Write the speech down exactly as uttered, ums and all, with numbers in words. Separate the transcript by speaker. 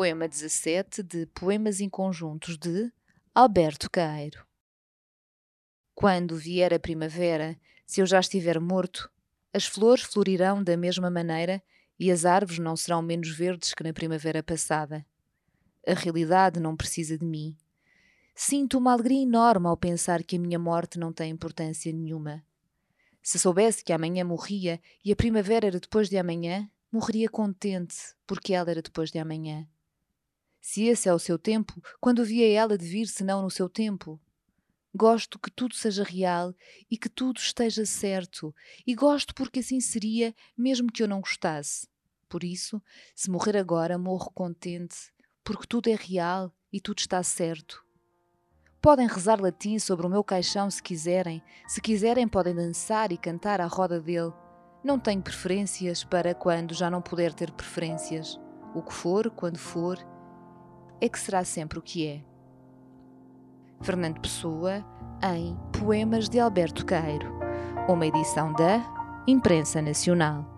Speaker 1: Poema dezassete de Poemas Inconjuntos de Alberto Caeiro. Quando vier a primavera, se eu já estiver morto, as flores florirão da mesma maneira e as árvores não serão menos verdes que na primavera passada. A realidade não precisa de mim. Sinto uma alegria enorme ao pensar que a minha morte não tem importância nenhuma. Se soubesse que amanhã morria e a primavera era depois de amanhã, morreria contente, porque ela era depois de amanhã. Se esse é o seu tempo, quando havia ela de vir senão no seu tempo? Gosto que tudo seja real e que tudo esteja certo, e gosto porque assim seria, mesmo que eu não gostasse. Por isso, se morrer agora, morro contente, porque tudo é real e tudo está certo. Podem rezar latim sobre o meu caixão se quiserem, se quiserem podem dançar e cantar à roda dele. Não tenho preferências para quando já não puder ter preferências. O que for, quando for, é que será sempre o que é. Fernando Pessoa, em Poemas de Alberto Caeiro, uma edição da Imprensa Nacional.